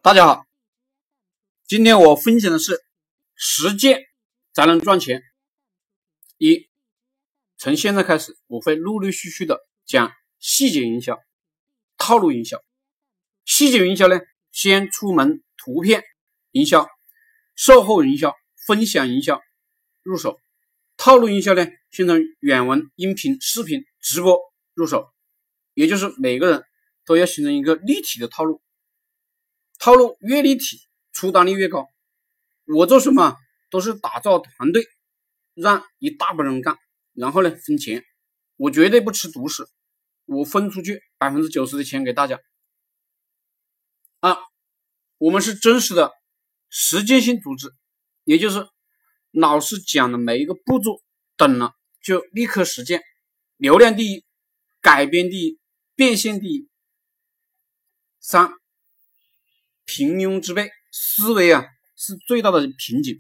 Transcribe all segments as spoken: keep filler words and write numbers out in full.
大家好，今天我分享的是实践才能赚钱。一，从现在开始，我会陆陆续续的讲细节营销、套路营销。细节营销呢，先出门图片营销、售后营销、分享营销入手；套路营销呢，先从原文、音频、视频、直播入手，也就是每个人都要形成一个立体的套路。套路越立体，出单率越高。我做什么都是打造团队，让一大帮人干，然后呢分钱。我绝对不吃独食，我分出去 百分之九十 的钱给大家。二，我们是真实的实践性组织，也就是老师讲的每一个步骤懂了就立刻实践。流量第一，改编第一，变现第一。三，平庸之辈，思维啊是最大的瓶颈。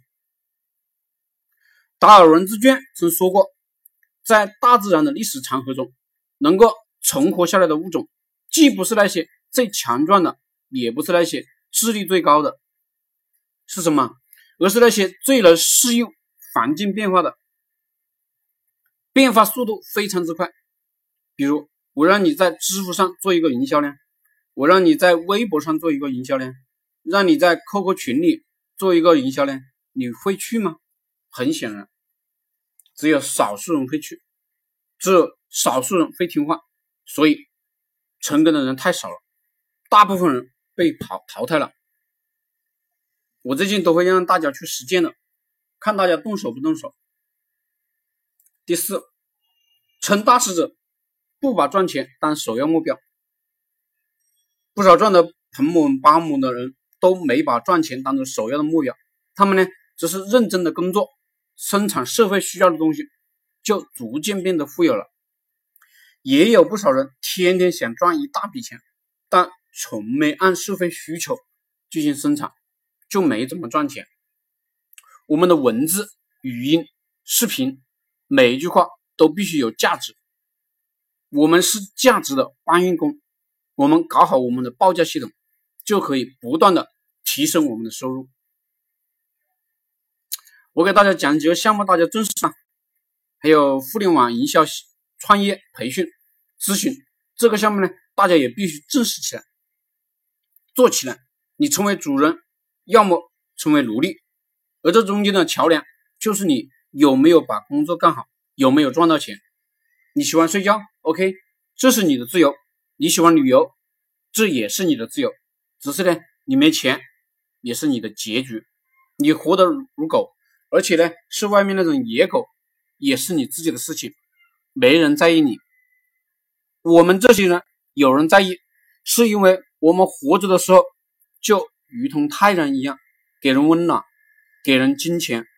达尔文自传曾说过，在大自然的历史长河中，能够存活下来的物种，既不是那些最强壮的，也不是那些智力最高的，是什么？而是那些最能适应环境变化的，变化速度非常之快。比如我让你在知乎上做一个营销量，我让你在微博上做一个营销量，让你在 Q Q 群里做一个营销量，你会去吗？很显然，只有少数人会去，只有少数人会听话，所以成功的人太少了，大部分人被淘淘汰了。我最近都会让大家去实践的，看大家动手不动手。第四，成大事者不把赚钱当首要目标。不少赚的盆满钵满的人都没把赚钱当成首要的目标，他们呢只是认真的工作，生产社会需要的东西，就逐渐变得富有了。也有不少人天天想赚一大笔钱，但从没按社会需求进行生产，就没怎么赚钱。我们的文字、语音、视频，每一句话都必须有价值。我们是价值的搬运工，我们搞好我们的报价系统，就可以不断的提升我们的收入。我给大家讲几个项目，大家重视上，还有互联网营销创业培训咨询，这个项目呢，大家也必须正视起来，做起来。你成为主人，要么成为奴隶，而这中间的桥梁就是你有没有把工作干好，有没有赚到钱。你喜欢睡觉 OK， 这是你的自由。你喜欢旅游，这也是你的自由，只是呢你没钱也是你的结局。你活得如狗，而且呢是外面那种野狗，也是你自己的事情，没人在意你。我们这些人有人在意，是因为我们活着的时候就如同太阳一样，给人温暖，给人金钱，